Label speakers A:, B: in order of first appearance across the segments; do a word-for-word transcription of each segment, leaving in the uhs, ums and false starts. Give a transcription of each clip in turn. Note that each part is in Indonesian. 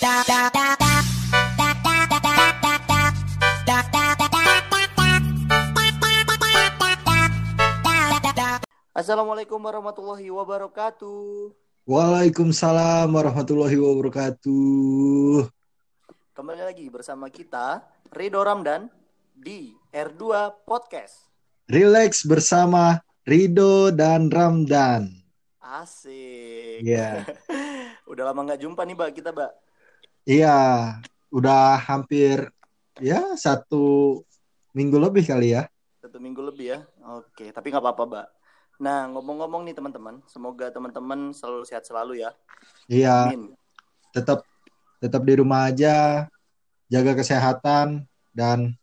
A: Assalamualaikum warahmatullahi wabarakatuh.
B: Waalaikumsalam warahmatullahi wabarakatuh.
A: Kembali lagi bersama kita Ridho Ramdan di R dua Podcast.
B: Relax bersama Ridho dan Ramdan.
A: Asik.
B: Iya.
A: Udah lama nggak jumpa nih, Mbak, kita, Mbak.
B: Iya, udah hampir ya satu minggu lebih kali ya.
A: Satu minggu lebih ya. Oke, tapi nggak apa-apa, Mbak. Nah, ngomong-ngomong nih teman-teman, semoga teman-teman selalu sehat selalu ya.
B: Iya,
A: Amin.
B: tetap tetap di rumah aja, jaga kesehatan dan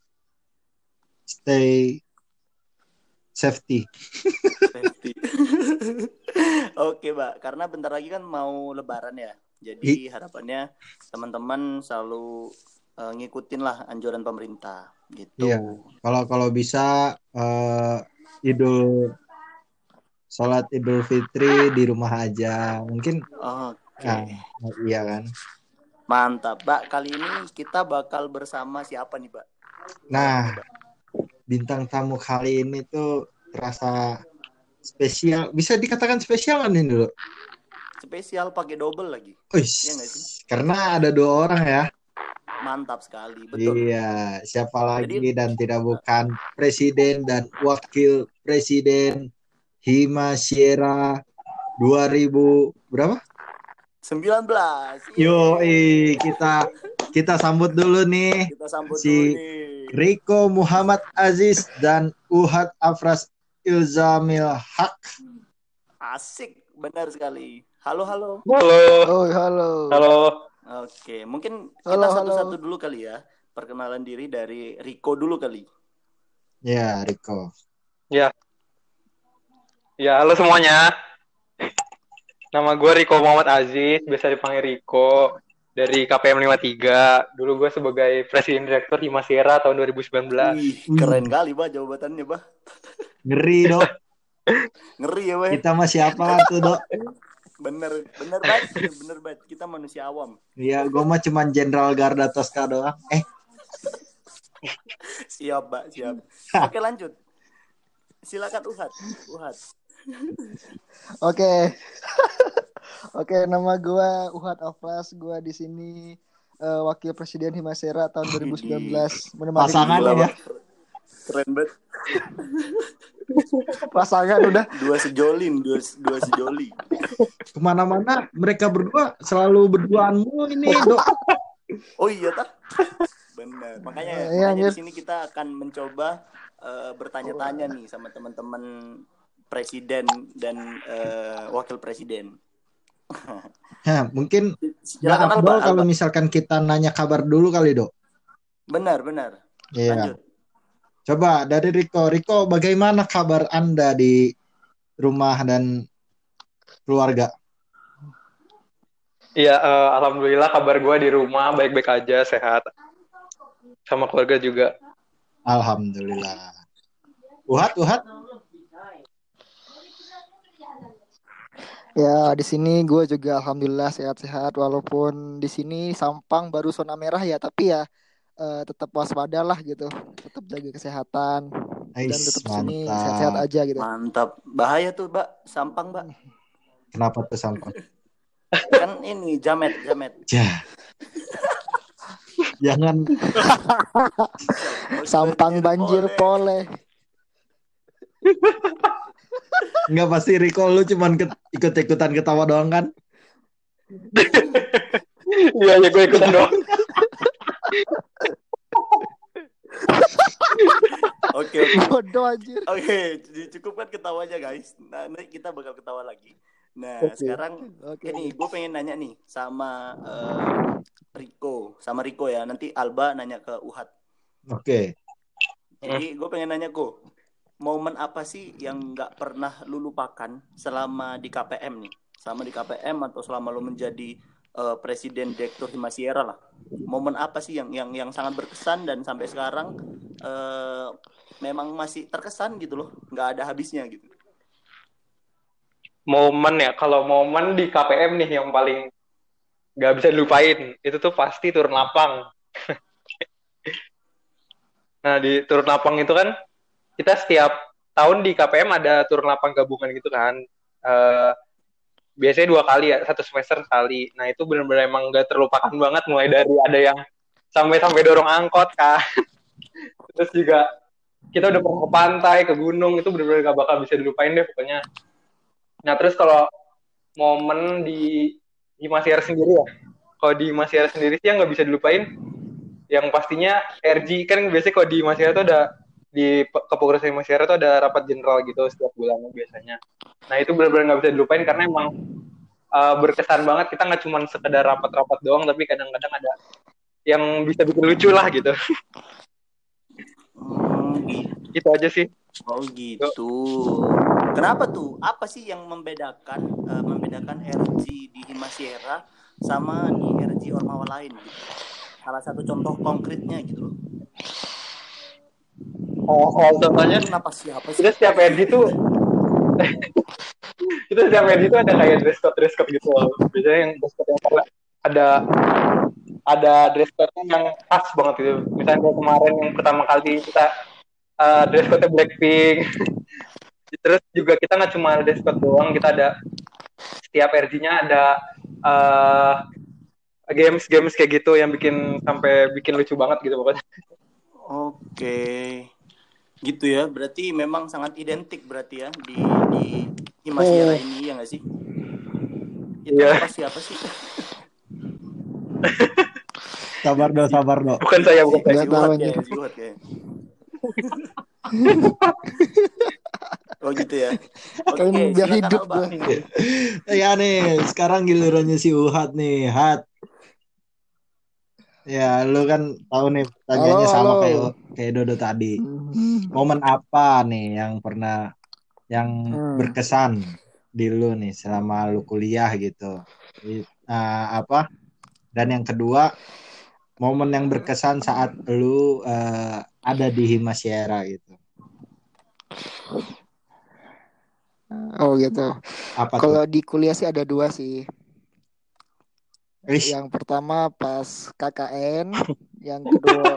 B: stay safety.
A: Safety. Oke, Mbak, karena bentar lagi kan mau lebaran ya. Jadi harapannya teman-teman selalu uh, ngikutin lah anjuran pemerintah gitu.
B: Iya. Kalau kalau bisa uh, Idul Sholat Idul Fitri di rumah aja. Mungkin
A: Oke.
B: nah, iya kan.
A: Mantap, Mbak. Kali ini kita bakal bersama siapa nih, Mbak?
B: Nah, bintang tamu kali ini tuh terasa spesial. Bisa dikatakan spesial kan ini dulu?
A: Spesial pakai double lagi.
B: Uish,
A: Iya nggak sih?
B: karena ada dua orang ya.
A: Mantap sekali, betul.
B: Iya, siapa lagi
A: Jadi,
B: dan tidak bukan presiden dan wakil presiden Himashiera dua ribu berapa?
A: sembilan belas.
B: Yo, kita kita sambut dulu nih.
A: Kita sambut
B: si
A: dulu nih.
B: Riko Muhammad Aziz dan Uhad Afras Ilzamil Haq.
A: Asik, benar sekali. Halo, halo.
C: Halo.
D: Oh, halo.
C: Halo.
A: Oke, mungkin kita
D: Halo,
A: satu-satu
D: halo.
A: dulu kali ya. Perkenalan diri dari Riko dulu kali.
B: Ya, Riko.
C: Ya. Ya, halo semuanya. Nama gue Riko Muhammad Aziz, biasa dipanggil Riko, dari K P M lima puluh tiga. Dulu gue sebagai Presiden Direktur Himashiera tahun dua ribu sembilan belas.
A: Wih, keren kali, Pak, jawabannya, Pak.
B: Ngeri, Dok.
A: Ngeri ya, Pak.
B: Kita mah siapa tuh, Dok?
A: Bener, bener banget, bener banget. Kita manusia awam.
B: Iya, gue mah cuman Jenderal Garda Tosca doang. Eh,
A: Siap, Pak, siap. Oke, lanjut. Silakan Uhad. Uhad.
D: Oke. Oke, nama gua Uhad Afras, gua di sini uh, Wakil Presiden Himashiera tahun dua ribu sembilan belas. Menemani
B: pasangan
A: Gila,
B: ya.
A: Pak. Keren banget.
D: pasangan udah.
A: Dua sejolin, dua, dua sejoli.
B: Kemana-mana mereka berdua selalu berduaan mulu ini, Dok.
A: Oh iya, tak? Benar. Makanya,
D: Uh, iya,
A: makanya
D: iya.
A: di sini kita akan mencoba uh, bertanya-tanya nih sama teman-teman presiden dan uh, wakil presiden.
B: Nah, mungkin
A: Silakan
B: nggak
A: Alba,
B: afdol
A: Alba.
B: kalau misalkan kita nanya kabar dulu kali, Dok.
A: Benar, benar.
B: Iya.
A: Lanjut.
B: Coba dari Riko. Riko, bagaimana kabar Anda di rumah dan keluarga?
C: Iya, uh, alhamdulillah kabar gue di rumah baik-baik aja, sehat. Sama keluarga juga.
B: Alhamdulillah. Uhad, Uhad.
D: Ya, di sini gua juga alhamdulillah sehat-sehat walaupun di sini Sampang baru zona merah ya, tapi ya uh, tetap waspada lah gitu. Tetap jaga kesehatan dan
B: Ais,
D: tetap sini
B: mantap.
D: sehat-sehat aja gitu.
A: Mantap. Bahaya tuh, Mbak. Sampang, Mbak.
B: Kenapa tuh Sampang?
A: Kan ini jamet, jamet.
B: Ja. Jangan.
D: Sampang banjir pole.
B: Enggak, pasti Riko lu cuman ke- ikut-ikutan ketawa doang kan?
C: Iya, ya gue ikutan doang.
A: Oke, oke.
D: Bodoh anjir.
A: Oke, cukupkan ketawanya, guys. Nah, nanti kita bakal ketawa lagi. Nah,
D: Oke.
A: sekarang
D: Oke.
A: ini gue pengen nanya nih sama uh, Riko, sama Riko ya. Nanti Alba nanya ke Uhad.
B: Oke.
A: Jadi gue pengen nanya kok, momen apa sih yang nggak pernah lu lupakan selama di K P M nih? Selama di K P M atau selama lu menjadi uh, Presiden Direktur Himashiera lah. Momen apa sih yang yang yang sangat berkesan dan sampai sekarang uh, memang masih terkesan gitu loh, nggak ada habisnya gitu.
C: Momen ya, kalau momen di K P M nih yang paling nggak bisa dilupain. Itu tuh pasti turun lapang. Nah, di turun lapang itu kan kita setiap tahun di K P M ada turun lapang gabungan gitu kan. Eh, biasanya dua kali ya, satu semester sekali. Nah, itu benar-benar emang nggak terlupakan banget, mulai dari ada yang sampai-sampai dorong angkot kan. Terus juga kita udah pernah ke pantai, ke gunung, itu benar-benar gak bakal bisa dilupain deh pokoknya. Nah, terus kalau momen di di Masiar sendiri ya, kalau di Masiar sendiri sih yang nggak bisa dilupain, yang pastinya R G kan biasanya kalau di Masiar itu ada di kepengurusan Masiar itu ada rapat general gitu setiap bulan biasanya. Nah itu benar-benar nggak bisa dilupain karena emang uh, berkesan banget. Kita nggak cuma sekedar rapat-rapat doang, tapi kadang-kadang ada yang bisa bikin lucu lah gitu.
A: Hmm, gitu.
C: Itu aja sih.
A: Oh gitu. Kenapa tuh? Apa sih yang membedakan uh, membedakan R G di Himasierra sama di R G Ormawa lain? Gitu? Salah satu contoh konkretnya gitu loh.
C: Oh, oh contohnya
A: kenapa siapa sih?
C: Kita setiap R G tuh kita setiap R G tuh ada kayak dress code dress code gitu loh. Biasanya yang dress code yang ada ada dress code yang khas banget gitu. Misalnya kayak kemarin yang pertama kali kita uh, dress code Blackpink. Terus juga kita nggak cuma ada dress code doang, kita ada setiap R G-nya ada uh, games-games kayak gitu yang bikin sampai bikin lucu banget gitu pokoknya.
A: Oke. Gitu ya, berarti memang sangat identik berarti ya di di Himasierra oh. ini ya nggak sih? Itu yeah. Apa siapa sih?
B: Sabar dong, sabar dong.
C: Bukan saya, bukan saya.
A: Ziwat ya, Ziwat ya. Oh gitu ya.
D: Oke, okay, biar hidup gue.
B: Ya nih, sekarang gilirannya si Uhat nih, Hat. Ya, lu kan tahu nih pertanyaannya halo, sama halo. kayak kayak Dodo tadi. Momen apa nih yang pernah yang hmm. berkesan di lu nih selama lu kuliah gitu. Uh, apa? Dan yang kedua, momen yang berkesan saat lu uh, ada di Himasierra gitu.
D: Oh gitu.
B: Apa
D: Kalau
B: tuh?
D: di kuliah sih ada dua sih. Ish. Yang pertama pas K K N, yang kedua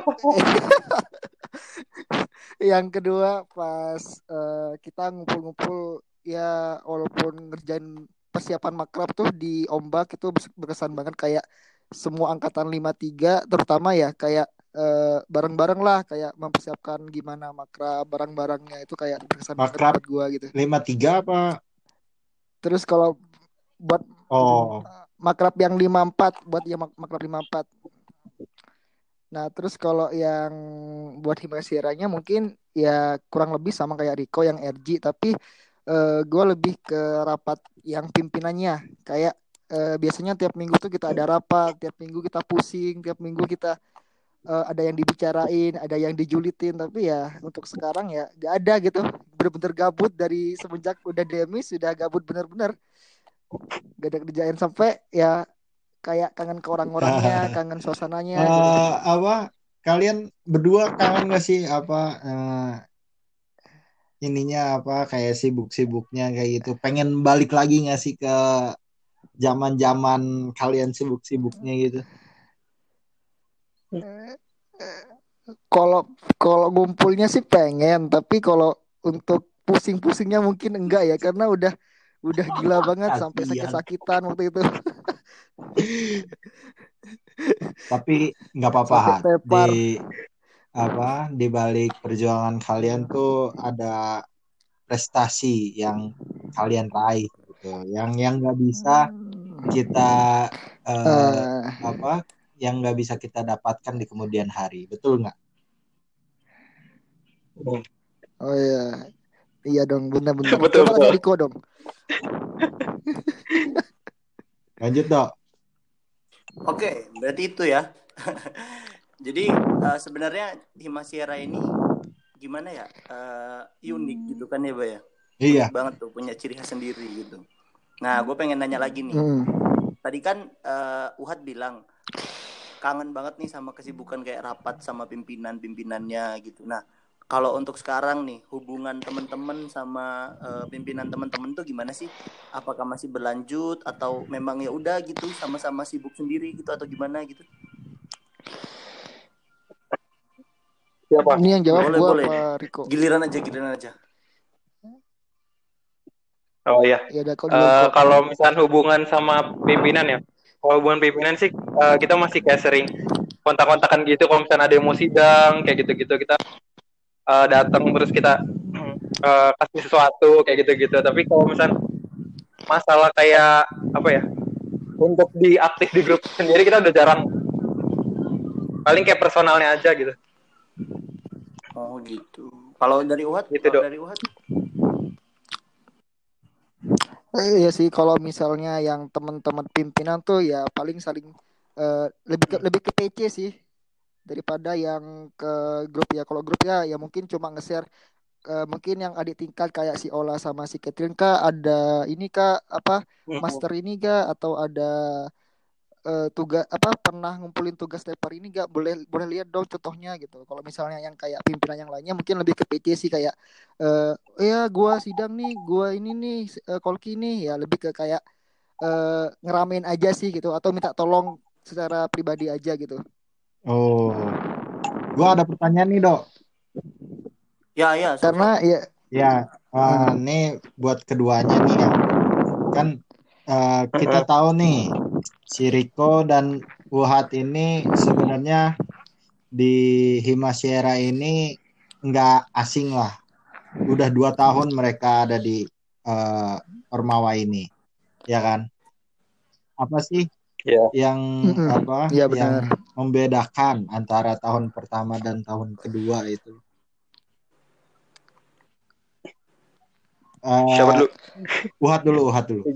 D: yang kedua pas uh, kita ngumpul-ngumpul ya walaupun ngerjain persiapan makrab tuh di Ombak itu berkesan banget kayak semua angkatan lima tiga terutama ya kayak uh, bareng-bareng lah kayak mempersiapkan gimana makrab barang-barangnya itu kayak berkesan
B: makrab
D: banget buat gua gitu.
B: lima tiga apa?
D: Terus kalau buat
B: oh
D: makrab yang lima empat buat yang makrab lima empat. Nah, terus kalau yang buat Himasierra-nya mungkin ya kurang lebih sama kayak Rico yang R G, tapi uh, gue lebih ke rapat yang pimpinannya. Kayak uh, biasanya tiap minggu tuh kita ada rapat, tiap minggu kita pusing, tiap minggu kita uh, ada yang dibicarain, ada yang dijulitin, tapi ya untuk sekarang ya gak ada gitu. Bener-bener gabut dari semenjak udah D M I sudah gabut bener-bener. Gak ada kerjaan sampai ya kayak kangen ke orang-orangnya, kangen suasananya.
B: Uh,
D: gitu.
B: Apa? Kalian berdua kangen gak sih apa uh, ininya apa kayak sibuk-sibuknya kayak gitu? Pengen balik lagi gak sih ke zaman-zaman kalian sibuk-sibuknya gitu?
D: Kalau kalau ngumpulnya sih pengen, tapi kalau untuk pusing-pusingnya mungkin enggak ya, karena udah udah gila banget
B: Kasian.
D: Sampai sakit-sakitan waktu itu.
B: Tapi nggak apa-apa di apa di balik perjuangan kalian tuh ada prestasi yang kalian raih gitu, yang yang nggak bisa kita uh, uh. apa yang nggak bisa kita dapatkan di kemudian hari, betul nggak?
D: Oh iya, iya dong, benar-benar.
C: Betul,
D: Coba
C: betul.
D: Riko dong.
B: Lanjut dong.
A: Oke, berarti itu ya. Jadi uh, sebenarnya Himasierra ini gimana ya? Uh, unik gitu kan ya, Bay ya?
B: Iya.
A: Unik banget tuh, punya ciri khas sendiri gitu. Nah, gue pengen nanya lagi nih.
D: Hmm.
A: Tadi kan uh, Uhad bilang kangen banget nih sama kesibukan kayak rapat sama pimpinan-pimpinannya gitu. Nah, kalau untuk sekarang nih hubungan teman-teman sama uh, pimpinan teman-teman tuh gimana sih? Apakah masih berlanjut atau memang ya udah gitu sama-sama sibuk sendiri gitu atau gimana gitu?
C: Siapa?
D: Ini yang jawab
A: boleh
D: gua
A: boleh.
D: apa Riko?
A: Giliran aja giliran aja.
C: Oh iya.
D: Ya udah kalau
C: Uh,
D: dulu
C: kalau misalnya hubungan sama pimpinan ya, kalau hubungan pimpinan sih uh, kita masih kayak sering kontak-kontakan gitu. Kalau misalnya ada yang mau sidang kayak gitu-gitu kita uh, datang terus kita uh, kasih sesuatu kayak gitu-gitu. Tapi kalau misalnya masalah kayak apa ya, untuk diaktif di grup sendiri kita udah jarang. Paling kayak personalnya aja gitu.
A: Oh gitu. Kalau dari Uhat,
C: Gitu,
A: kalau
C: Dok.
A: dari Uhat?
D: Eh, iya sih kalau misalnya yang teman-teman pimpinan tuh ya paling saling eh, lebih ke, lebih ke P C sih daripada yang ke grup ya. Kalau grup ya ya mungkin cuma nge-share eh, mungkin yang adik tingkat kayak si Ola sama si Catherine kak ada ini kak apa master ini kak atau ada eh, tugas apa pernah ngumpulin tugas paper ini gak boleh boleh lihat dong contohnya gitu. Kalau misalnya yang kayak pimpinan yang lainnya mungkin lebih ke P C sih kayak eh ya gua sidang nih, gua ini nih eh, kolki nih ya lebih ke kayak eh, ngeramein aja sih gitu atau minta tolong secara pribadi aja gitu.
B: Oh, gua ada pertanyaan nih, Dok.
A: Ya ya,
D: Karena
A: sok-sok.
D: ya
B: Ya, uh, ini buat keduanya nih ya. Kan uh, kita tahu nih si Riko dan Wuhat ini sebenarnya di Himasera ini nggak asing lah. Udah dua tahun mereka ada di uh, Ormawa ini, ya kan? Apa sih
C: Yeah.
B: yang
D: mm-mm.
B: apa
D: Ya,
B: yang
D: benar.
B: membedakan antara tahun pertama dan tahun kedua itu? Uh,
C: Siapa dulu?
B: Wuhat dulu, Wuhat dulu.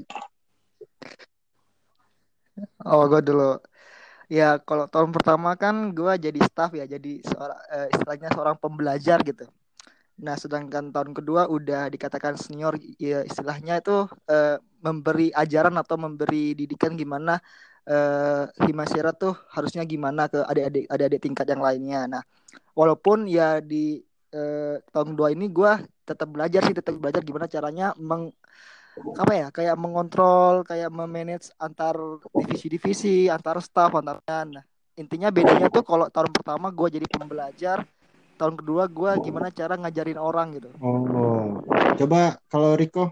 D: Oh, gue dulu. Ya, kalau tahun pertama kan gue jadi staff ya, jadi seorang eh, istilahnya seorang pembelajar gitu. Nah, sedangkan tahun kedua udah dikatakan senior, ya istilahnya itu eh, memberi ajaran atau memberi didikan gimana eh, Himasera tuh harusnya gimana ke adik-adik adik-adik tingkat yang lainnya. Nah, walaupun ya di eh, tahun kedua ini gue tetap belajar sih, tetap belajar gimana caranya meng apa ya kayak mengontrol kayak memanage antar divisi-divisi antar staff antar nah intinya bedanya tuh kalau tahun pertama gue jadi pembelajar tahun kedua gue gimana cara ngajarin orang gitu.
B: Oh, coba kalau Riko.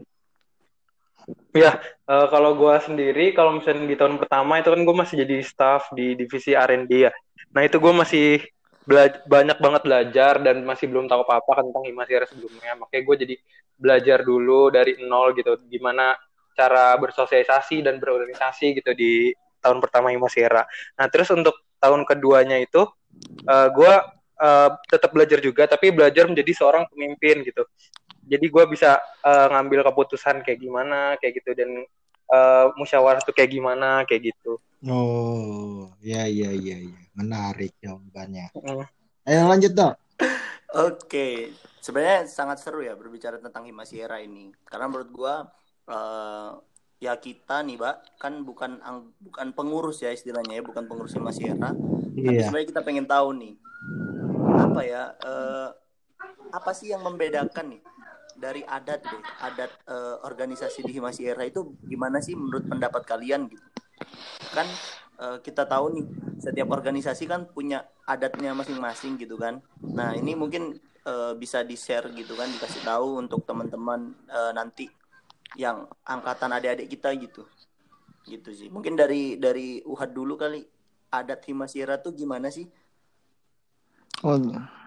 C: Ya, uh, kalau gue sendiri, kalau misalnya di tahun pertama itu kan gue masih jadi staff di divisi R and D ya. Nah itu gue masih bela- banyak banget belajar dan masih belum tahu apa-apa tentang Himasera sebelumnya. Makanya gue jadi belajar dulu dari nol gitu, gimana cara bersosialisasi dan berorganisasi gitu di tahun pertama Himasera. Nah terus untuk tahun keduanya itu, uh, gue uh, tetap belajar juga, tapi belajar menjadi seorang pemimpin gitu. Jadi gue bisa uh, ngambil keputusan kayak gimana kayak gitu dan uh, musyawarah tuh kayak gimana kayak gitu.
B: Oh, ya ya ya ya, menarik jawabannya.
C: Mm.
B: Ayo lanjut dong.
A: Oke, sebenarnya sangat seru ya berbicara tentang Himasera ini. Karena menurut gua uh, ya kita nih, Mbak, kan bukan bukan pengurus ya istilahnya ya, bukan pengurus Himasera. Tapi
B: Iya.
A: sebenarnya kita pengen tahu nih apa ya uh, apa sih yang membedakan nih dari adat deh, adat uh, organisasi di Himasera itu gimana sih menurut pendapat kalian gitu? Kan uh, kita tahu nih setiap organisasi kan punya adatnya masing-masing gitu kan. Nah ini mungkin uh, bisa di-share gitu kan, dikasih tahu untuk teman-teman uh, nanti yang angkatan adik-adik kita gitu, gitu sih. Mungkin dari dari Uhad dulu kali, adat Himasera tuh gimana sih?
D: Oh.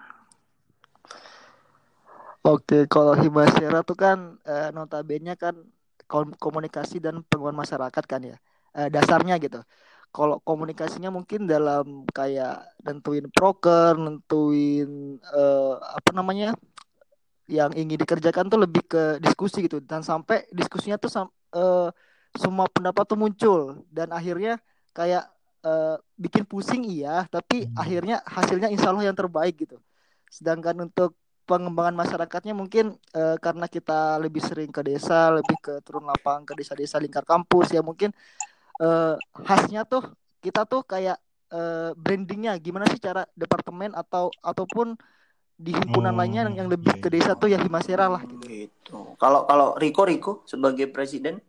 D: Oke, kalau Himasera tuh kan eh, notabene kan komunikasi dan penguatan masyarakat kan ya eh, dasarnya gitu. Kalau komunikasinya mungkin dalam kayak nentuin proker, nentuin eh, apa namanya yang ingin dikerjakan tuh lebih ke diskusi gitu dan sampai diskusinya tuh sam- eh, semua pendapat tuh muncul dan akhirnya kayak eh, bikin pusing iya, tapi
B: Hmm.
D: akhirnya hasilnya insya Allah yang terbaik gitu. Sedangkan untuk pengembangan masyarakatnya mungkin eh, karena kita lebih sering ke desa, lebih ke turun lapangan ke desa-desa lingkar kampus ya mungkin eh, khasnya tuh kita tuh kayak eh, brandingnya gimana sih cara departemen atau ataupun di himpunan hmm, lainnya yang lebih ke desa tuh ya Himasera lah gitu.
A: Gitu. Kalau kalau Riko Riko sebagai presiden,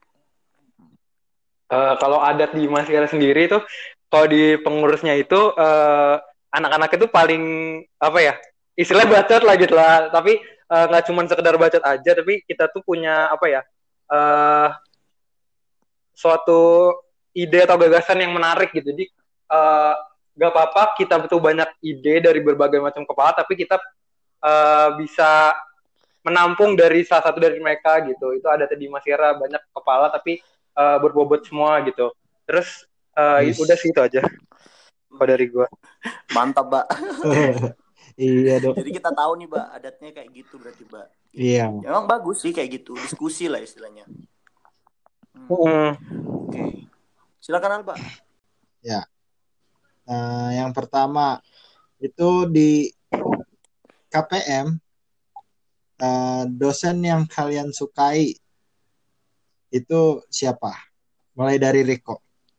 C: uh, kalau adat di Himasera sendiri tuh, kalau di pengurusnya itu uh, anak-anak itu paling apa ya? Istilahnya bacot lah gitu lah. Tapi nggak uh, cuma sekedar bacot aja, tapi kita tuh punya apa ya? Uh, suatu ide atau gagasan yang menarik gitu. Jadi uh, gak apa-apa kita betul banyak ide dari berbagai macam kepala, tapi kita uh, bisa menampung dari salah satu dari mereka gitu. Itu ada di Himasera banyak kepala tapi uh, berbobot semua gitu. Terus uh, yes. udah sih itu aja kalau dari gue.
A: Mantap, Mbak.
B: Iya dong.
A: Jadi kita tahu nih, Mbak, adatnya kayak gitu berarti, Mbak.
B: Iya.
A: Emang bagus sih kayak gitu, diskusi lah istilahnya. Hmm.
C: Hmm.
A: Oke. Okay. Silakan, Al, Pak.
B: Ya. Nah, yang pertama itu di K P M uh, dosen yang kalian sukai itu siapa? Mulai dari Riko.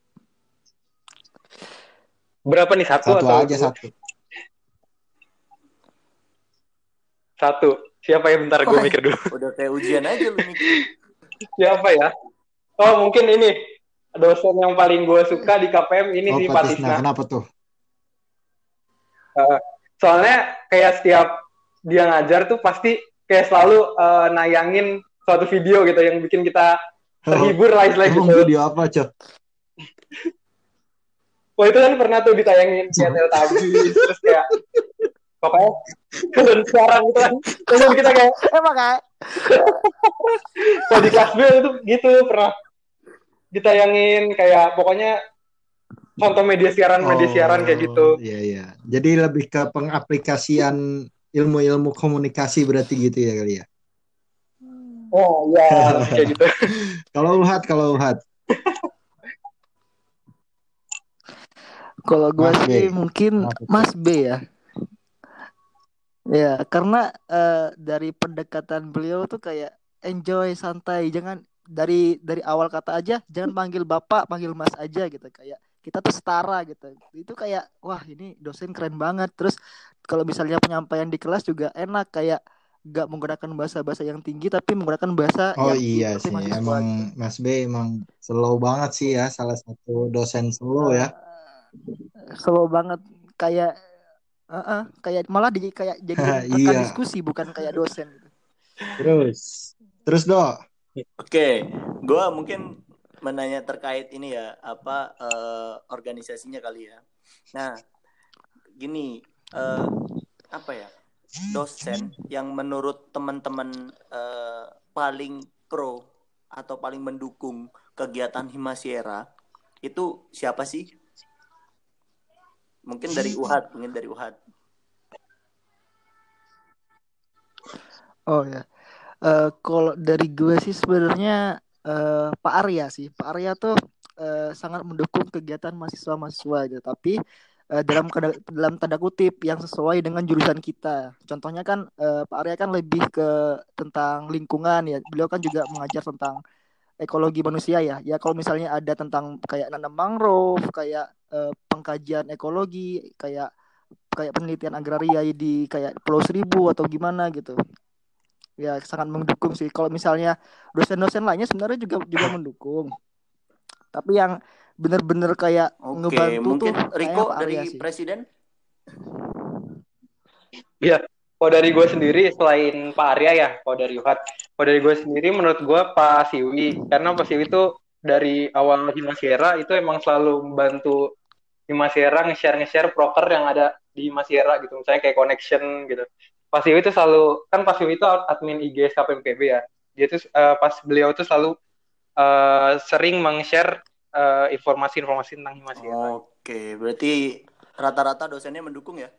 C: Berapa nih, satu,
B: satu
C: atau
B: aja dua? Satu.
C: Satu. Siapa ya, bentar gue mikir dulu.
A: Udah kayak ujian aja lu mikir.
C: Siapa ya? Oh, mungkin ini dosen yang paling gue suka di K P M ini oh, sih Pak Tisna.
B: Kenapa tuh?
C: Uh, soalnya kayak setiap dia ngajar tuh pasti kayak selalu uh, nayangin suatu video gitu yang bikin kita terhibur lah istilahnya gitu.
B: Video apa, Cok?
C: Wah, itu kan pernah tuh ditayangin kayak Teletubbies terus kayak pokoknya dan sekarang gitu kan. Terus kita kayak
D: emang kayak
C: kalau di kelas B itu gitu pernah ditayangin kayak pokoknya contoh media siaran oh, media siaran kayak gitu.
B: Iya iya. Jadi lebih ke pengaplikasian ilmu-ilmu komunikasi berarti gitu ya kali ya.
C: Oh iya kayak gitu.
B: Kalau Uhat kalau Uhat.
D: Kalau gue sih mungkin Mas B ya. Ya karena uh, dari pendekatan beliau tuh kayak enjoy santai, jangan dari dari awal kata aja jangan panggil bapak, panggil mas aja gitu, kayak kita tuh setara gitu. Itu kayak wah ini dosen keren banget. Terus kalau misalnya penyampaian di kelas juga enak, kayak gak menggunakan bahasa-bahasa yang tinggi tapi menggunakan bahasa
B: oh
D: yang
B: iya sih emang gitu. Mas B emang slow banget sih ya, salah satu dosen slow uh, ya.
D: Slow banget kayak uh-uh, kayak malah di kayak jadi rekan iya. diskusi bukan kayak dosen gitu.
B: Terus terus Dok.
A: Oke, gue mungkin menanya terkait ini ya, apa uh, organisasinya kali ya. Nah, gini, uh, apa ya, dosen yang menurut teman-teman uh, paling pro atau paling mendukung kegiatan Himasera itu siapa sih? Mungkin dari Uhat, mungkin dari Uhat.
D: Oh ya. Uh, kalau dari gue sih sebenarnya uh, Pak Arya sih. Pak Arya tuh uh, sangat mendukung kegiatan mahasiswa-mahasiswa gitu. Tapi uh, dalam dalam tanda kutip yang sesuai dengan jurusan kita. Contohnya kan uh, Pak Arya kan lebih ke tentang lingkungan ya. Beliau kan juga mengajar tentang ekologi manusia ya. Ya kalau misalnya ada tentang kayak nanam mangrove, kayak uh, pengkajian ekologi, kayak kayak penelitian agraria di kayak Pulau Seribu atau gimana gitu. Ya sangat mendukung sih. Kalau misalnya dosen-dosen lainnya sebenarnya juga juga mendukung. Tapi yang benar-benar kayak
A: Oke,
D: ngebantu
A: mungkin
D: tuh
A: Riko dari
D: sih.
A: presiden.
C: Iya. Kalau dari gue sendiri selain Pak Arya ya, kalau dari Uhat, kalau dari gue sendiri menurut gue Pak Siwi, karena Pak Siwi itu dari awal Himasera itu emang selalu membantu Himasera nge-share nge-share proker yang ada di Himasera gitu, misalnya kayak connection gitu. Pak Siwi itu selalu, kan Pak Siwi itu admin I G S K P M P B ya, dia tuh uh, pas beliau tuh selalu uh, sering meng-share uh, informasi-informasi tentang Himasera.
A: Oke, berarti rata-rata dosennya mendukung ya?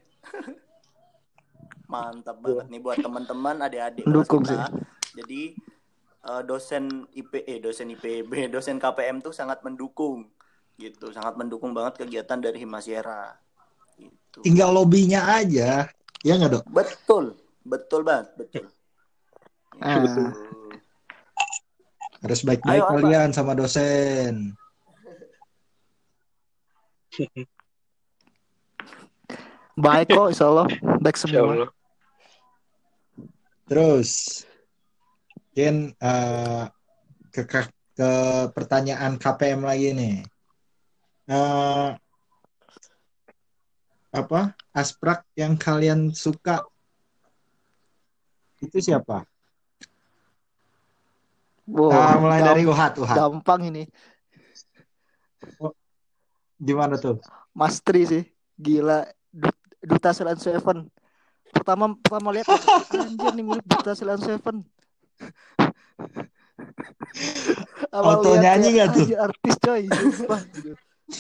A: Mantap banget nih buat teman-teman adik-adik kelas kita. Sih. Jadi uh, dosen I P E, dosen I P B, dosen K P M tuh sangat mendukung gitu, sangat mendukung banget kegiatan dari Himasera. Gitu.
B: Tinggal lobbynya aja, ya nggak Dok?
A: Betul, betul banget, betul.
D: Ah.
A: Betul.
B: Harus baik-baik Ayo, kalian apa? Sama dosen.
D: Baik kok, insya Allah. Baik semua.
B: Terus mungkin uh, ke, ke ke pertanyaan K P M lagi nih. Uh, apa asprak yang kalian suka itu siapa?
D: Wow,
B: Nah, mulai
D: gam-
B: dari Uhat, Uhat.
D: gampang ini.
B: Oh, gimana tuh?
D: Mas Tri sih, gila. Duta Silent Seven. Pertama pertama lihat gitu, anjir nih mirip Duta Silent Seven. Awal
B: Auto
D: lihat
B: nyanyi
D: kayak
B: nggak tuh?
D: anjir artis coy, sumpah gitu.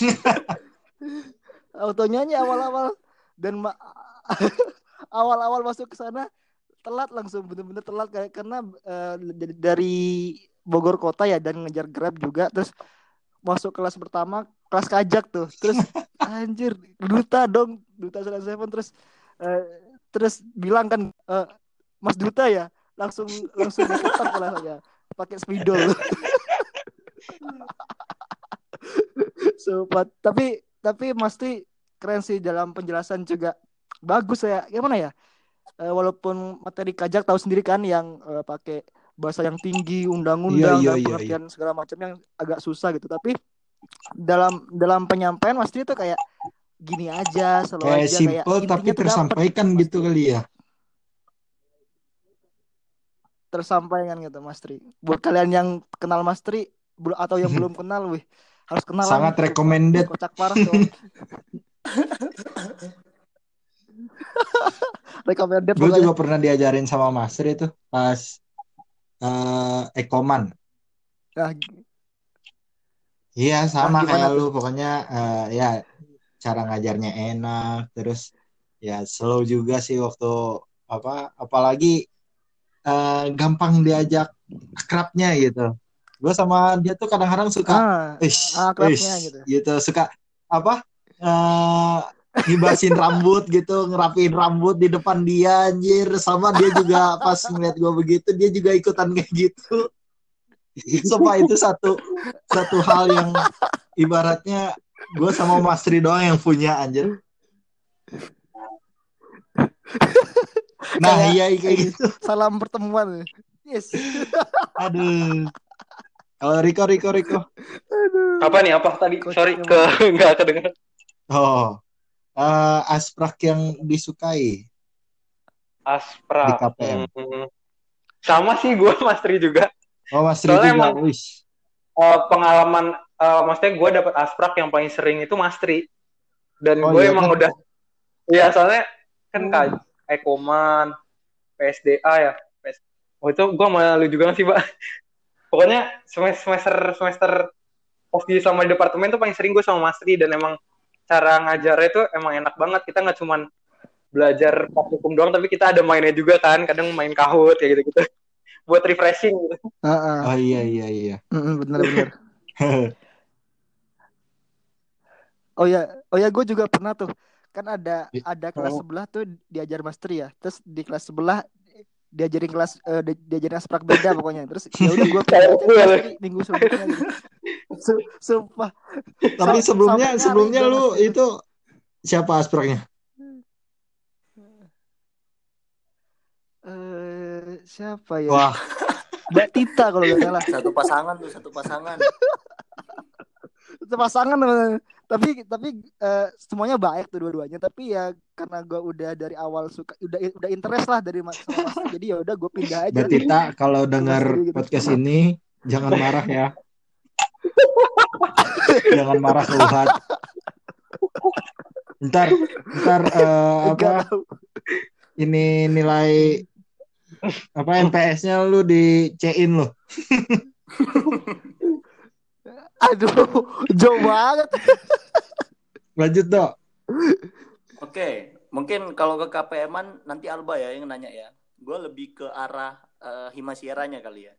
D: Auto nyanyi awal-awal dan ma- awal-awal masuk ke sana telat langsung bener-bener telat kayak karena uh, dari Bogor kota ya dan ngejar Grab juga terus masuk kelas pertama kelas kajak tuh terus anjir Duta dong Duta Silent Seven terus uh, terus bilang kan uh, Mas Duta ya langsung langsung deketan kalau saya pakai spidol. So, but, tapi tapi Masti keren sih dalam penjelasan juga bagus ya gimana ya uh, walaupun materi kajak tahu sendiri kan yang uh, pakai bahasa yang tinggi
B: Iya,
D: undang-undang
B: iya,
D: dan
B: iya, iya.
D: pengertian segala macam yang agak susah gitu tapi dalam dalam penyampaian Masti itu kayak gini aja selalu
B: Kayak
D: aja kayak
B: simple tapi
D: intinya tuh dapet
B: tersampaikan gitu
D: Masti
B: kali ya.
D: tersampaikan gitu Mas Tri buat kalian yang kenal Mas Tri atau yang belum kenal wih harus kenalan
B: Sangat
D: sumpah
B: recommended.
D: kocak parah tuh. Recommended
B: Gue
D: pokoknya.
B: juga pernah diajarin sama Master itu pas uh, Ekoman.
D: Nah,
B: Iya
D: nah
B: sama
D: gimana
B: kayak lu
D: tuh?
B: pokoknya uh, ya cara ngajarnya enak terus ya slow juga sih waktu apa apalagi uh, gampang diajak akrabnya gitu. Gue sama dia tuh kadang-kadang suka
D: Ah,
B: ish ish
D: akrabnya gitu.
B: gitu suka apa uh, ngibasin rambut gitu ngerapiin rambut di depan dia anjir sama dia juga pas ngeliat gue begitu dia juga ikutan kayak gitu. Sumpah itu satu satu hal yang ibaratnya gue sama Mas Tri doang yang punya anjir. Nah
D: Kayak
B: iya kayak
D: ini,
B: gitu.
D: salam pertemuan. Yes.
B: Aduh. Kalau Riko Riko Riko.
D: Aduh.
C: Apa nih apa tadi? Sorry
D: Kocaknya
C: ke
D: banget.
C: nggak kedengeran.
B: Oh. Uh, asprak yang disukai di
C: Asprak.
B: K P M.
C: Hmm. Sama sih gue Mas Tri juga.
B: Oh Mas Tri
C: Soalnya
B: juga.
C: emang
B: Wish.
C: uh, pengalaman uh, maksudnya gue dapet asprak yang paling sering itu Mas Tri. Dan
B: Oh
C: gue
B: iya
C: emang
B: kan?
C: udah iya soalnya kan
D: Oh.
C: kayak Ekoman, P S D A ya. P S... Oh itu gue malu juga sih, Pak. Pokoknya semester semester pas di sama di departemen tuh paling sering gue sama Mas Tri dan emang cara ngajarnya tuh emang enak banget. Kita nggak cuman belajar praktikum doang tapi kita ada mainnya juga kan. Kadang main kahut kayak gitu-gitu. Buat refreshing gitu.
D: Uh-uh.
B: Oh iya iya iya.
D: Bener-bener. Oh ya, oh ya gue juga pernah tuh. Kan ada ada kelas
B: Oh.
D: sebelah tuh diajar Mas Tri ya. Terus di kelas sebelah diajarin kelas uh, di, diajarin asprak beda pokoknya. Terus ya udah gue pindah aja ke Mas Tri minggu selanjutnya gitu. Sumpah.
B: Tapi sebelumnya
D: Sampai
B: sebelumnya
D: nyari
B: lu
D: itu.
B: itu siapa aspraknya?
D: Uh, siapa ya?
B: Wah.
D: Mbak Tita kalau nggak salah.
A: Satu pasangan tuh, satu pasangan.
D: Satu pasangan tapi tapi uh, semuanya baik tuh dua-duanya tapi ya karena gue udah dari awal suka udah udah interest lah dari sama Mas jadi ya udah gue pindah aja.
B: Mbak Tita kalau dengar
D: gitu.
B: podcast ini jangan marah ya. Jangan marah ke Uhat. Ntar ntar uh, apa ini nilai apa M P S-nya lu di C-in lo.
D: Aduh, jauh banget.
B: Lanjut, Dok.
A: Oke, mungkin kalau ke K P M-an nanti Alba ya yang nanya ya. Gue lebih ke arah uh, Himasieranya kali ya.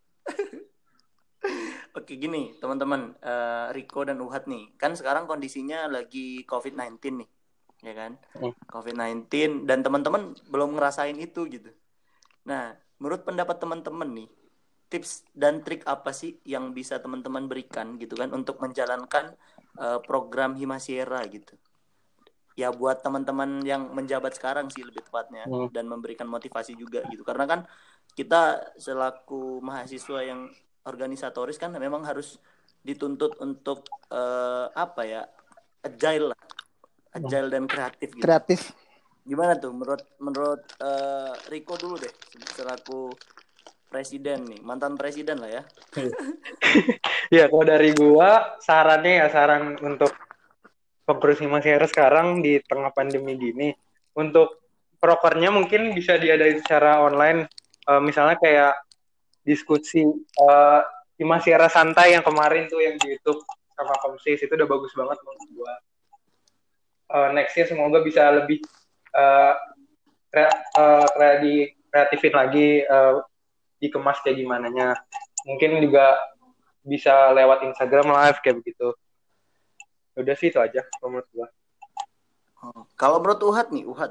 A: Oke gini, teman-teman, uh, Riko dan Uhat nih. Kan sekarang kondisinya lagi covid sembilan belas nih. Ya kan? covid sembilan belas dan teman-teman belum ngerasain itu gitu. Nah, menurut pendapat teman-teman nih, tips dan trik apa sih yang bisa teman-teman berikan gitu kan untuk menjalankan uh, program Himasiera gitu? Ya buat teman-teman yang menjabat sekarang sih lebih tepatnya hmm. dan memberikan motivasi juga gitu. Karena kan kita selaku mahasiswa yang organisatoris kan memang harus dituntut untuk uh, apa ya, agile lah, agile dan kreatif gitu.
D: Kreatif.
A: Gimana tuh menurut menurut uh, Riko dulu deh selaku presiden nih, mantan presiden lah ya.
C: Ya kalau dari gua sarannya ya saran untuk pengurus Himasera sekarang di tengah pandemi gini, untuk prokernya mungkin bisa diadain secara online, uh, misalnya kayak diskusi uh, Himasera santai yang kemarin tuh yang di YouTube sama Komsis itu udah bagus banget menurut gua. Uh, nextnya semoga bisa lebih uh, kre- uh, kre- kreatifin lagi, uh, dikemas kayak gimana nya. Mungkin juga bisa lewat Instagram live kayak begitu. Udah sih itu aja menurut gua.
A: Oh. Kalau menurut Uhad nih, Uhad.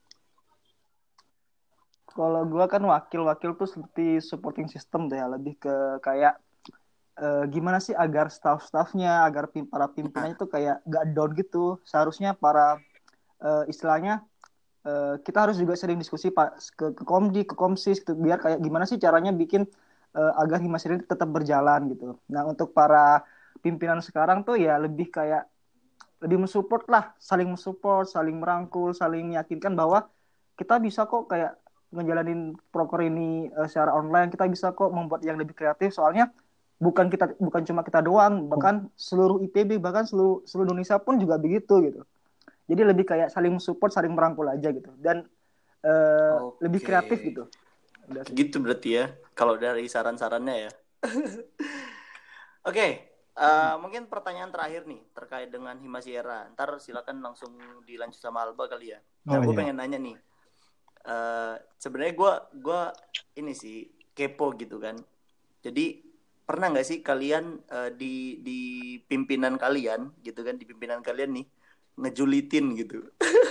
E: Kalau gua kan wakil-wakil tuh seperti supporting system deh, lebih ke kayak uh, gimana sih agar staff-staffnya, agar pim- para pimpinannya tuh kayak gak down gitu. Seharusnya para uh, istilahnya uh, kita harus juga sering diskusi pak ke, ke Komdi, ke Komsis gitu, biar kayak gimana sih caranya bikin uh, agar Himasera ini tetap berjalan gitu. Nah untuk para pimpinan sekarang tuh ya lebih kayak lebih mensupport lah, saling mensupport, saling merangkul, saling meyakinkan bahwa kita bisa kok kayak ngejalanin proker ini uh, secara online, kita bisa kok membuat yang lebih kreatif. Soalnya bukan kita bukan cuma kita doang, bahkan seluruh I P B, bahkan seluruh seluruh Indonesia pun juga begitu gitu. Jadi lebih kayak saling support, saling merangkul aja gitu, dan uh,
A: okay.
E: lebih kreatif gitu.
A: Udah gitu berarti ya, kalau dari saran-sarannya ya. Oke, okay. uh, mungkin pertanyaan terakhir nih terkait dengan Himasera. Ntar silakan langsung dilanjut sama Alba kali ya. Nah, oh, gue iya. pengen nanya nih. Uh, sebenarnya gue gue ini sih kepo gitu kan. Jadi pernah nggak sih kalian uh, di di pimpinan kalian gitu kan, di pimpinan kalian nih ngejulitin gitu?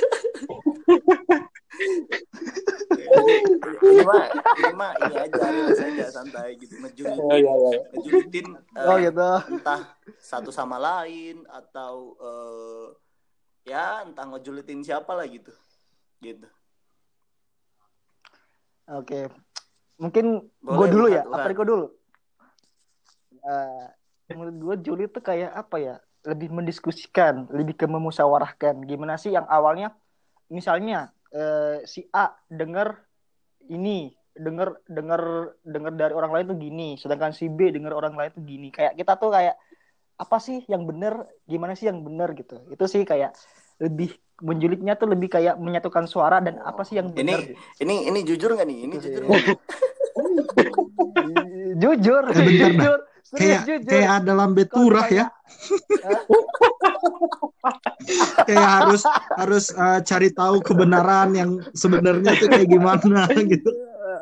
A: Jadi, ini mah ini mah ini aja relax aja santai gitu, ngejulitin ngejulitin uh, oh, gitu. Entah satu sama lain atau uh, ya entah ngejulitin siapa lah gitu gitu.
E: Oke, mungkin gue dulu ya, apa Riko dulu? Uh, menurut gue julid tuh kayak apa ya? Lebih mendiskusikan, lebih ke memusyawarahkan. Gimana sih yang awalnya, misalnya uh, si A dengar ini, dengar dengar dengar dari orang lain tuh gini, sedangkan si B dengar orang lain tuh gini. Kayak kita tuh kayak apa sih yang benar? Gimana sih yang benar gitu? Itu sih kayak lebih menjulitnya tuh lebih kayak menyatukan suara dan oh. apa sih yang benar?
A: Ini gitu. ini ini jujur nggak nih? Ini itu jujur nggak?
E: jujur,
B: sebentar
E: jujur,
B: nah. kayak jujur. Kayak ada lambe turah ya. Kayak harus harus uh, cari tahu kebenaran yang sebenarnya tuh kayak gimana gitu.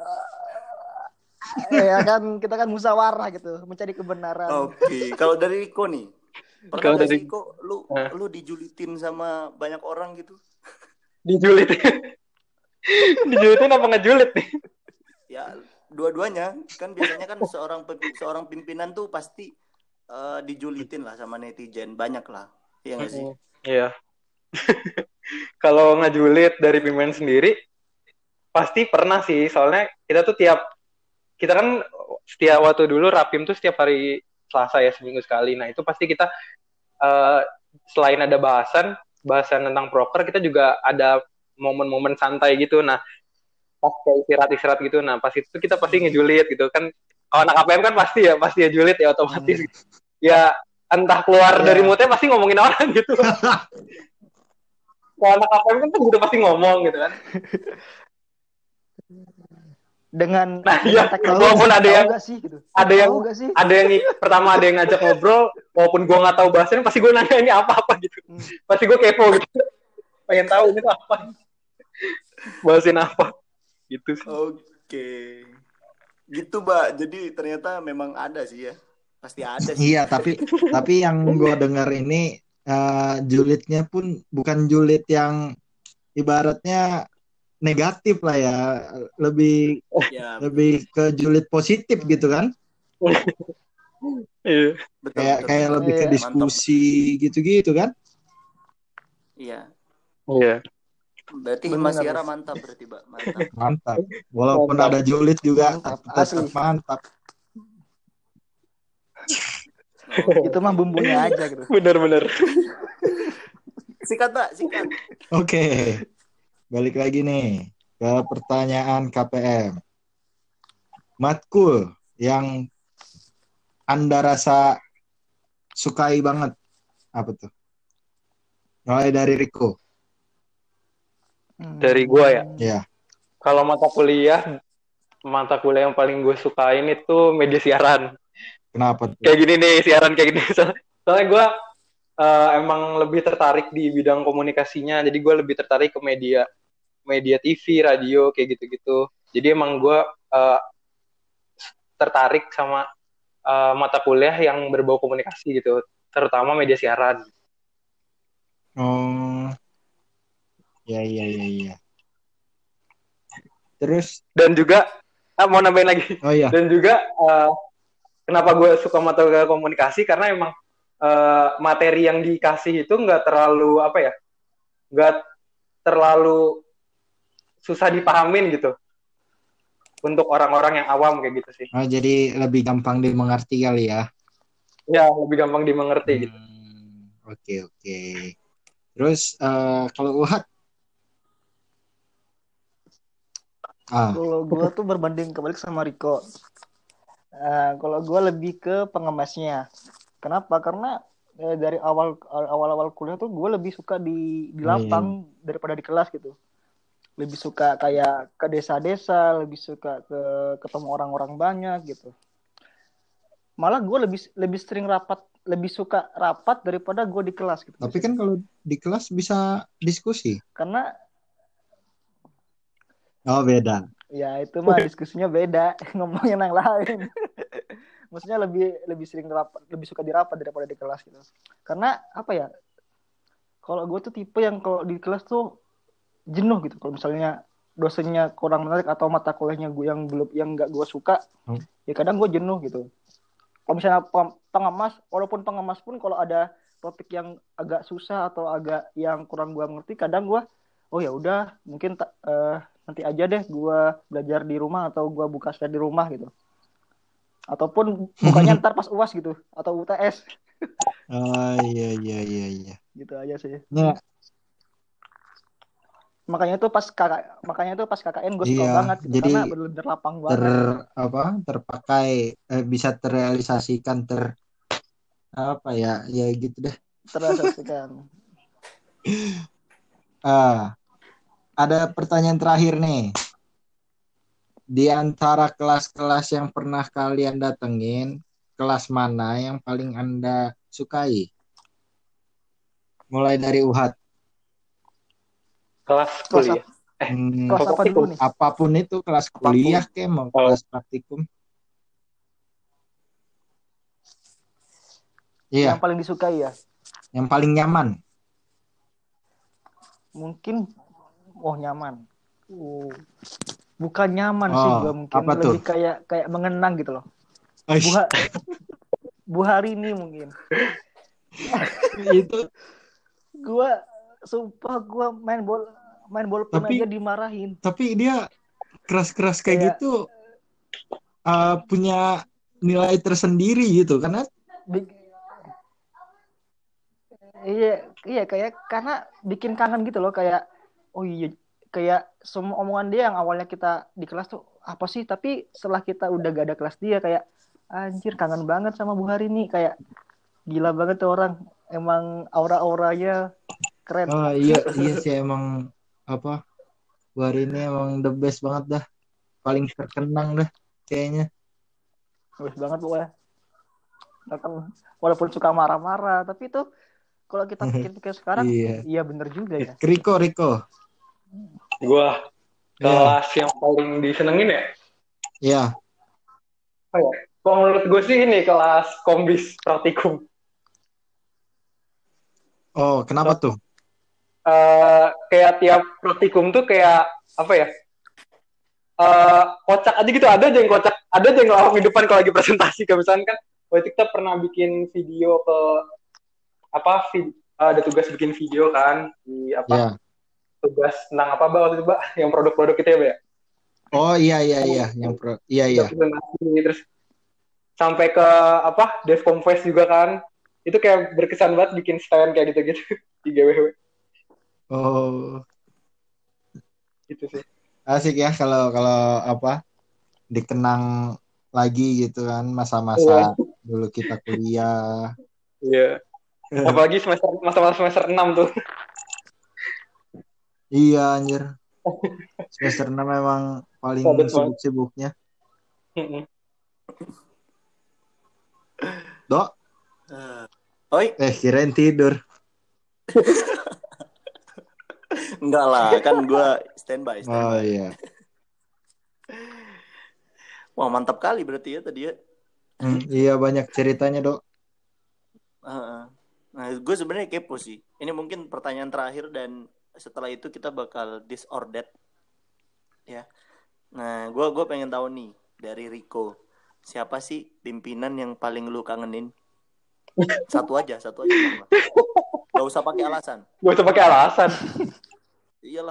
E: Ya kan kita kan musyawarah gitu, mencari kebenaran.
A: Oke, okay. Kalau dari Riko nih. Pernah gak dari... sih kok lu nah. lu dijulitin sama banyak orang gitu?
C: Dijulitin? Dijulitin apa ngejulit nih?
A: Ya dua-duanya kan biasanya kan seorang seorang pimpinan tuh pasti uh, dijulitin lah sama netizen, banyak lah, iya nggak sih?
C: Iya. Kalau ngejulit dari pimpinan sendiri pasti pernah sih, soalnya kita tuh tiap kita kan setiap waktu dulu Rapim tuh setiap hari Selasa ya, seminggu sekali. Nah itu pasti kita uh, selain ada bahasan bahasan tentang proker, kita juga ada momen-momen santai gitu. Nah pas kayak istirahat-istirahat gitu, nah pas itu kita pasti ngejulit gitu kan. Kalau anak K P M kan pasti ya pasti ya julit ya otomatis. Hmm. Ya entah keluar yeah. dari moodnya pasti ngomongin orang gitu. Kalau anak K P M kan tuh udah pasti ngomong gitu kan.
E: Dengan
C: nah iya walaupun ada yang sih, gitu. ada yang sih? ada yang pertama ada yang ngajak ngobrol, walaupun gue nggak tahu bahasanya pasti gue nanya ini apa apa gitu, hmm. pasti gue kepo gitu, pengen tahu ini tuh apa, bahasin apa gitu.
A: Oke, gitu Mbak. Jadi ternyata memang ada sih ya, pasti ada sih.
B: Iya tapi tapi yang gue dengar ini uh, julidnya pun bukan julid yang ibaratnya negatif lah ya, lebih ya, lebih ke julid positif gitu kan?
C: Iya.
B: Betul, kayak betul, kayak betul. lebih ke diskusi mantap. Gitu-gitu kan?
A: Iya.
C: Iya.
A: Berarti
D: Bener,
A: Himasiara
D: Bos.
A: mantap berarti, Mbak. Mantap.
B: Mantap. Walaupun
C: Mantap.
B: ada julid juga
D: Mantap,
B: tetap
D: asli.
B: mantap.
A: Oh,
D: Itu mah bumbunya aja gitu.
C: Bener-bener.
A: sikat, Mbak, sikat.
B: Oke. Balik lagi nih ke pertanyaan K P M. Matkul yang Anda rasa sukai banget apa tuh? Mulai dari Riko.
C: Dari gua ya.
B: Ya.
C: Kalau mata kuliah, mata kuliah yang paling gue sukain itu media siaran.
B: Kenapa tuh?
C: Kayak gini nih, siaran kayak gini. So- Soalnya gue uh, emang lebih tertarik di bidang komunikasinya. Jadi gue lebih tertarik ke media, media T V, radio, kayak gitu-gitu. Jadi emang gue uh, tertarik sama uh, mata kuliah yang berbau komunikasi gitu, terutama media siaran.
B: Oh. Ya, ya, ya, ya. Terus?
C: Dan juga, ah, mau nambahin lagi.
B: Oh iya.
C: Dan juga, uh, kenapa gue suka mata kuliah komunikasi, karena emang uh, materi yang dikasih itu nggak terlalu, apa ya, nggak terlalu susah dipahamin gitu. Untuk orang-orang yang awam kayak gitu sih.
B: Oh, jadi lebih gampang dimengerti kali ya?
C: Ya, lebih gampang dimengerti
B: hmm,
C: gitu.
B: Oke, oke. Terus, uh, kalau Uhat? Ah.
D: Kalau gue tuh berbanding kebalik sama Riko. Uh, kalau gue lebih ke pengemasnya. Kenapa? Karena eh, dari awal awal-awal kuliah tuh gue lebih suka di di lapang oh, iya. daripada di kelas gitu. Lebih suka kayak ke desa-desa, lebih suka ke ketemu orang-orang banyak gitu. Malah gue lebih lebih sering rapat, lebih suka rapat daripada gue di kelas gitu.
B: Tapi kan kalau di kelas bisa diskusi.
D: Karena
B: oh beda.
D: Ya itu mah diskusinya beda, ngomongin yang lain. Maksudnya lebih lebih sering rapat, lebih suka dirapat daripada di kelas gitu. Karena apa ya? Kalau gue tuh tipe yang kalau di kelas tuh jenuh gitu. Kalau misalnya dosennya kurang menarik atau mata kuliahnya gue yang belum yang nggak gue suka, hmm. ya kadang gue jenuh gitu. Kalau misalnya pengemas, walaupun pengemas pun kalau ada topik yang agak susah atau agak yang kurang gue ngerti, kadang gue, oh ya udah, mungkin uh, nanti aja deh gue belajar di rumah atau gue buka share di rumah gitu. Ataupun bukanya ntar pas U A S gitu atau U T S.
B: Oh iya iya iya iya.
D: Gitu aja sih.
B: Ya.
D: Makanya tuh pas kakak makanya tuh pas K K N gue suka
B: iya,
D: banget gitu,
B: jadi
D: karena bener-bener lapang banget.
B: Ter apa terpakai eh, bisa terrealisasikan ter apa ya ya gitu deh.
D: Terrealisasikan.
B: ah, ada pertanyaan terakhir nih. Di antara kelas-kelas yang pernah kalian datengin, kelas mana yang paling Anda sukai? Mulai dari Uhat.
C: Kelas kuliah.
B: Eh, hmm,
D: kelas apa dulu nih?
B: Apapun itu, kelas kuliah ke mau kelas praktikum. Iya.
D: Yang paling disukai ya?
B: Yang paling nyaman.
D: Mungkin oh nyaman. Uh. Bukan nyaman
B: oh,
D: sih gue mungkin lebih
B: tuh?
D: kayak kayak mengenang gitu loh. Bu, Bu Harini mungkin.
B: Itu
D: gue sumpah gue main bola main bola pun aja dimarahin.
B: Tapi dia keras-keras kayak, kayak gitu uh, punya nilai tersendiri gitu karena
D: Big, iya iya kayak karena bikin kangen gitu loh, kayak oh iya kayak semua omongan dia yang awalnya kita di kelas tuh apa sih, tapi setelah kita udah gak ada kelas dia kayak anjir kangen banget sama Bu Harini, kayak gila banget tuh orang, emang aura-auranya keren.
B: Oh iya iya sih emang apa Bu Harini emang the best banget dah, paling terkenang dah kayaknya.
D: Bagus banget pokoknya. Walaupun suka marah-marah, tapi itu kalau kita pikir-pikir sekarang iya, iya bener juga ya.
B: Riko Riko.
C: Gua kelas yeah. yang paling disenengin ya?
B: Iya.
C: Yeah. Oh ya. Kalau menurut gue sih ini kelas kombis praktikum.
B: Oh, kenapa so, tuh?
C: Uh, kayak tiap praktikum tuh kayak apa ya? Uh, kocak aja gitu, ada aja yang kocak, ada aja yang ngelawak di depan kalau lagi presentasi. Kayak misalkan kan, waktu kita pernah bikin video ke apa? Vid, uh, ada tugas bikin video kan di apa? Yeah. tugas tentang apa Mbak waktu itu Mbak? Yang produk-produk itu ya Mbak?
B: Oh iya iya iya, yang pro, iya iya.
C: Terus sampai ke apa? Devcom Fest juga kan. Itu kayak berkesan banget bikin stand kayak gitu-gitu di G W W.
B: Oh,
C: Gitu sih.
B: asik ya kalau kalau apa dikenang lagi gitu kan
C: Iya.
B: masa-masa dulu kita kuliah.
C: Iya. Apalagi semester masa-masa semester enam tuh.
B: Iya anjir. Semester enam memang paling
C: Padat banget.
B: sibuk-sibuknya.
C: Mm-mm.
B: Dok,
A: Uh, oi,
B: eh kirain tidur.
A: enggak lah, kan gue standby,
B: Oh
A: standby.
B: iya.
A: Wah, mantap kali berarti ya tadi ya.
B: Hmm, iya banyak ceritanya, Dok.
A: Uh, nah, gue sebenarnya kepo sih. Ini mungkin pertanyaan terakhir dan setelah itu kita bakal this or that. Ya. Nah, gue gue pengen tahu nih dari Rico, siapa sih pimpinan yang paling lu kangenin? Satu aja, satu aja bang lah. Gak usah pakai alasan.
C: Gak usah pakai alasan.
A: Iyalah.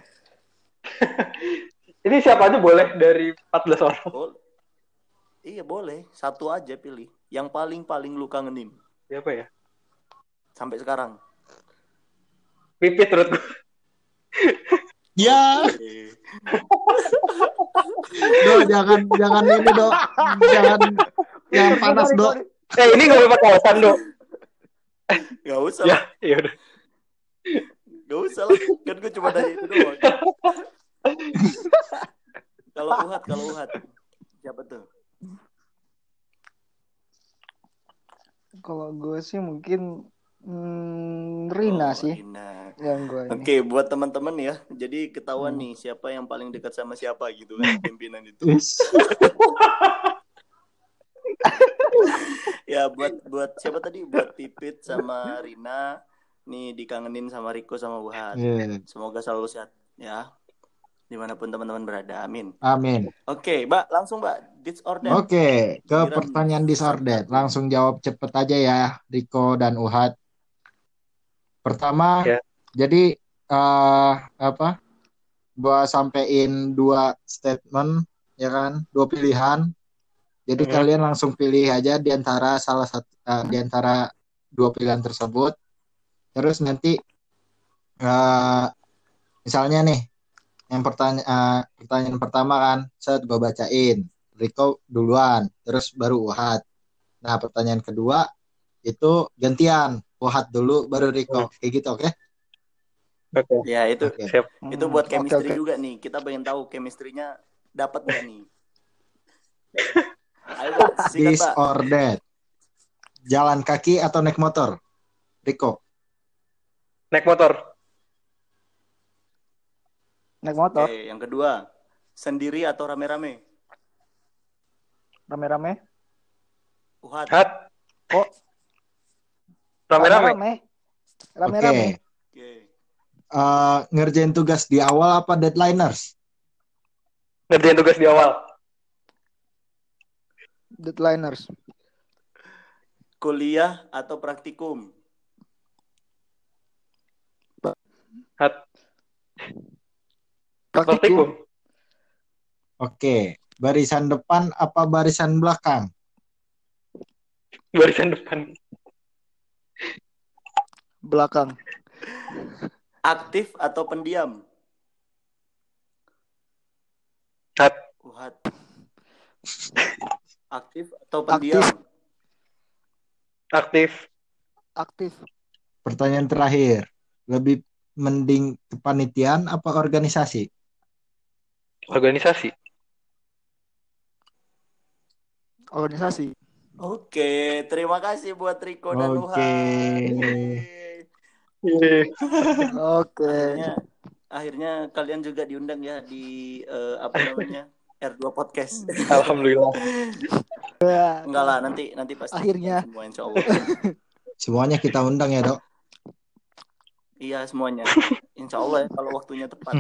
C: Ini siapa aja boleh dari empat belas orang.
A: Boleh. Iya boleh, satu aja pilih. Yang paling paling lu kangenin.
C: Siapa ya?
A: Sampai sekarang.
C: Pipit menurut gue.
B: Ya.
A: Okay.
B: Dok, jangan jangan ini, Dok. Jangan yang panas, Dok.
C: Eh ini gak boleh pakai alasan Dok.
A: Gak usah
C: Ya,
A: lah.
C: ya udah.
A: Gak usah lah. Kan gue cuma nanya itu doang. Kalau Uhat, kalau Uhat. Siapa tuh?
D: Kalau gue sih mungkin hmm, Rina
A: Oh,
D: sih.
A: Rina.
D: Yang gue ini.
A: Oke, buat teman-teman ya. Jadi ketahuan
D: Hmm.
A: nih siapa yang paling dekat sama siapa gitu kan pimpinan itu.
B: Is.
A: Ya buat buat siapa tadi? Buat Pipit sama Rina. Nih dikangenin sama Riko sama Uhat.
B: Yeah.
A: Semoga selalu sehat ya. Dimanapun teman-teman berada. Amin.
B: Amin.
A: Oke, Mbak, langsung Mbak. This or that.
B: Oke, ke
A: Giliran
B: pertanyaan disorder. Langsung jawab cepet aja ya, Riko dan Uhat. Pertama,
C: Ya.
B: jadi uh, apa? Gua sampein dua statement, ya kan? Dua pilihan. Jadi
C: Mhm.
B: kalian langsung pilih aja di antara salah satu uh, di antara dua pilihan tersebut. Terus nanti uh, misalnya nih, yang pertanyaan uh, pertanyaan pertama kan, set gue bacain. Riko duluan, terus baru Uhat. Nah, pertanyaan kedua itu gantian, Uhat dulu baru Riko. Kayak gitu, oke? Okay?
C: Oke. Okay.
A: Ya, itu
B: Okay.
C: Siap.
A: itu buat
D: Hmm,
A: chemistry
D: oke, oke.
A: juga nih. Kita pengen tahu chemistry-nya dapat nggak nih? Ayo, Mbak, sikat,
B: This
A: Mbak.
B: or that. Jalan kaki atau naik motor? Riko.
C: Naik motor.
D: Naik motor.
A: Oke, yang kedua. Sendiri atau rame-rame?
D: Rame-rame.
A: Uhat.
C: Hat.
D: Oh,
C: Rame-rame.
D: rame-rame.
B: Oke.
D: Rame-rame.
A: Oke.
B: Uh, ngerjain tugas di awal apa deadliners?
C: Ngerjain tugas di awal.
D: Deadliners.
A: Kuliah atau praktikum?
C: Hat.
D: Praktikum.
C: Praktikum.
B: Oke. Barisan depan apa barisan belakang?
C: Barisan depan.
D: Belakang.
A: Aktif atau pendiam?
C: Hat.
A: Uhat. Aktif atau pendiam?
C: Aktif.
D: Aktif.
B: Pertanyaan terakhir. Lebih mending kepanitiaan apa organisasi?
C: Organisasi.
D: Organisasi.
A: Oke, terima kasih buat Riko dan
B: Oke.
A: Uhat.
D: Oke.
A: Akhirnya, akhirnya kalian juga diundang ya di uh, apa namanya R dua Podcast.
C: Alhamdulillah.
A: Enggak lah, nanti nanti pasti
D: Akhirnya.
A: semua insya Allah.
B: Semuanya kita undang ya, Dok.
A: Iya semuanya, insya Allah ya kalau waktunya tepat.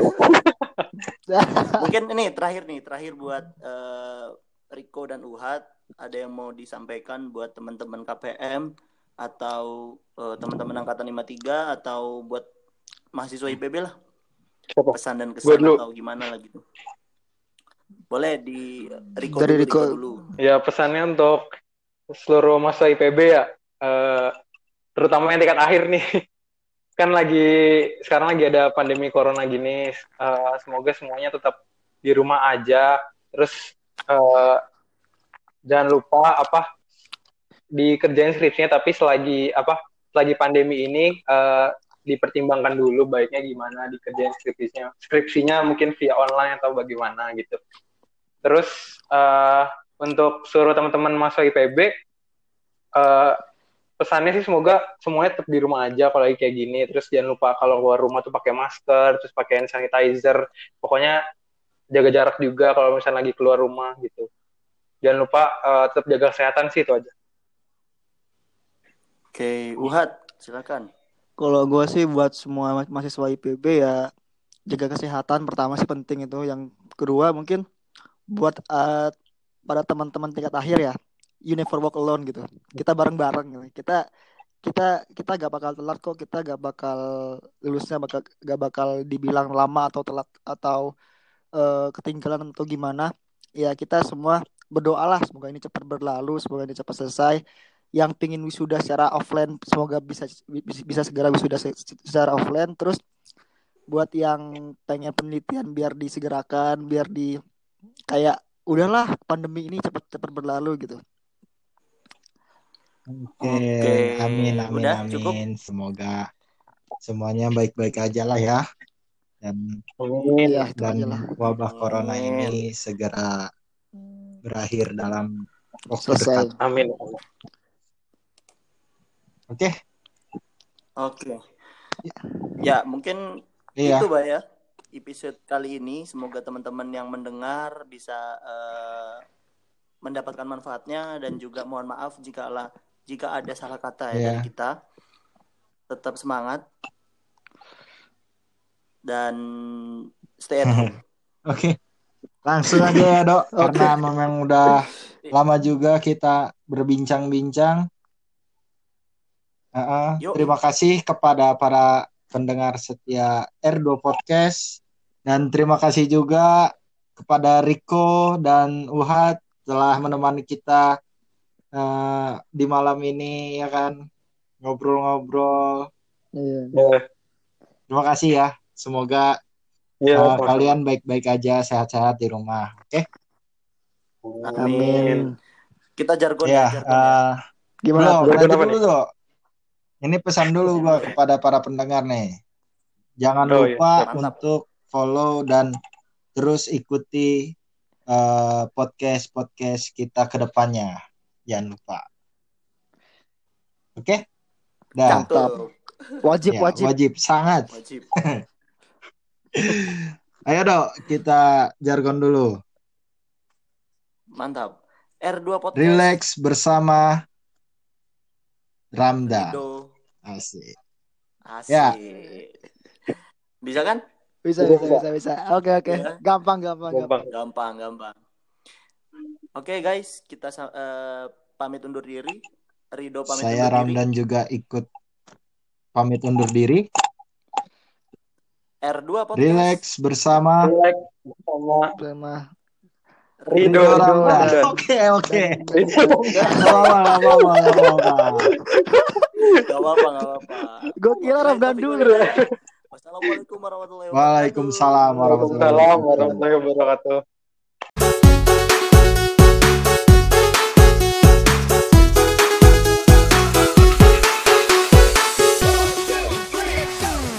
A: Mungkin ini terakhir nih, terakhir buat uh, Riko dan Uhat, ada yang mau disampaikan buat teman-teman K P M atau uh, teman-teman angkatan lima puluh tiga atau buat mahasiswa I P B lah.
C: Siapa?
A: Pesan dan
C: Gua
A: kesan
C: dulu.
A: atau gimana lah gitu. Boleh di Riko
D: Dari
A: dulu,
D: Riko.
A: Riko dulu.
C: Ya pesannya untuk seluruh mahasiswa I P B ya, eh, terutama yang tingkat akhir nih. Kan lagi sekarang lagi ada pandemi corona gini. Eh, semoga semuanya tetap di rumah aja. Terus eh, jangan lupa apa dikerjain skripsinya, tapi selagi apa selagi pandemi ini eh, dipertimbangkan dulu baiknya gimana dikerjain skripsinya. Skripsinya mungkin via online atau bagaimana gitu. Terus uh, untuk seluruh teman-teman mahasiswa I P B, uh, pesannya sih semoga semuanya tetap di rumah aja kalau lagi kayak gini. Terus jangan lupa kalau keluar rumah tuh pakai masker, terus pakai hand sanitizer. Pokoknya jaga jarak juga kalau misalnya lagi keluar rumah gitu. Jangan lupa uh, tetap jaga kesehatan sih, itu aja.
A: Oke, Uhad, silakan.
D: Kalau gue sih buat semua mahasiswa I P B ya jaga kesehatan pertama sih penting itu. Yang kedua mungkin buat uh, pada teman-teman tingkat akhir ya, you never walk alone gitu. Kita bareng-bareng gitu. Kita kita kita gak bakal telat kok. Kita gak bakal lulusnya bakal gak bakal dibilang lama atau telat atau uh, ketinggalan atau gimana. Ya kita semua berdoalah semoga ini cepat berlalu, semoga ini cepat selesai. Yang pingin wisuda secara offline semoga bisa bisa, bisa segera wisuda secara offline. Terus buat yang pengen penelitian biar disegerakan, biar di kayak udahlah pandemi ini cepat-cepat berlalu gitu.
B: Oke,
A: Oke,
B: amin, amin,
A: udah
B: amin.
A: cukup.
B: Semoga semuanya baik-baik aja lah ya. Dan
C: Amin.
D: Ya, itu aja
B: dan
D: lah.
B: wabah corona
A: Amin.
B: ini segera berakhir dalam waktu
D: Selesai.
B: dekat.
C: Amin.
B: Oke,
A: Oke. Ya, mungkin
B: iya.
A: itu Mbak ya. Episode kali ini semoga teman-teman yang mendengar bisa uh, mendapatkan manfaatnya, dan juga mohon maaf jika lah jika ada salah kata ya
B: Iya.
A: dari kita. Tetap semangat dan stay at home.
B: Oke. Langsung aja ya, Dok.
D: Oke.
B: Karena memang udah lama juga kita berbincang-bincang. Uh-uh.
A: Yuk.
B: Terima kasih kepada para pendengar setia R dua Podcast, dan terima kasih juga kepada Riko dan Uhad telah menemani kita uh, di malam ini ya kan, ngobrol-ngobrol.
D: Iya.
C: Ya.
B: Terima kasih ya. Semoga
C: Ya,
B: uh,
C: sama-sama.
B: kalian baik-baik aja, sehat-sehat di rumah. Oke?
A: Amin. Kita jargon ya,
B: Ya.
A: jargon ya.
B: Uh,
D: Gimana?
B: belum,
C: Jargon
B: nanti
C: apa
B: dulu
C: nih?
B: Dok. Ini pesan dulu gua kepada para pendengar nih. Jangan
C: Oh,
B: lupa
A: iya.
B: untuk follow dan terus ikuti uh, podcast-podcast kita ke depannya. Jangan lupa. Oke? Dah.
A: Betul.
D: Wajib,
B: Ya,
D: wajib.
B: wajib, sangat.
A: Wajib.
B: Ayo Dok, kita jargon dulu.
A: Mantap. R dua Podcast.
B: Relax bersama Ramdan.
A: Rido.
B: Asik.
A: Asik.
B: Ya.
A: Bisa kan?
D: Bisa, bisa, bisa, bisa. Oke, oke.
A: Ya.
D: Gampang, gampang, gampang.
A: Gampang, gampang. Oke guys, kita uh, pamit undur diri. Rido pamit
B: Saya
A: undur
B: Ramdan
A: diri.
B: juga ikut pamit undur diri.
A: R dua Podcast.
B: Relax bersama
C: Relax bersama
D: Sama
C: Rido.
B: Rido
C: Rido.
B: Ramdan. Oke, oke.
D: dan, dan,
B: Gak apa-apa, gak apa-apa, gak apa-apa.
A: Gak apa-apa, gak apa-apa.
D: gue kira Ramdan dulu.
A: Wassalamualaikum warahmatullahi wabarakatuh.
B: Waalaikumsalam warahmatullahi
C: Waalaikumsalam
B: wabarakatuh.
C: warahmatullahi wabarakatuh.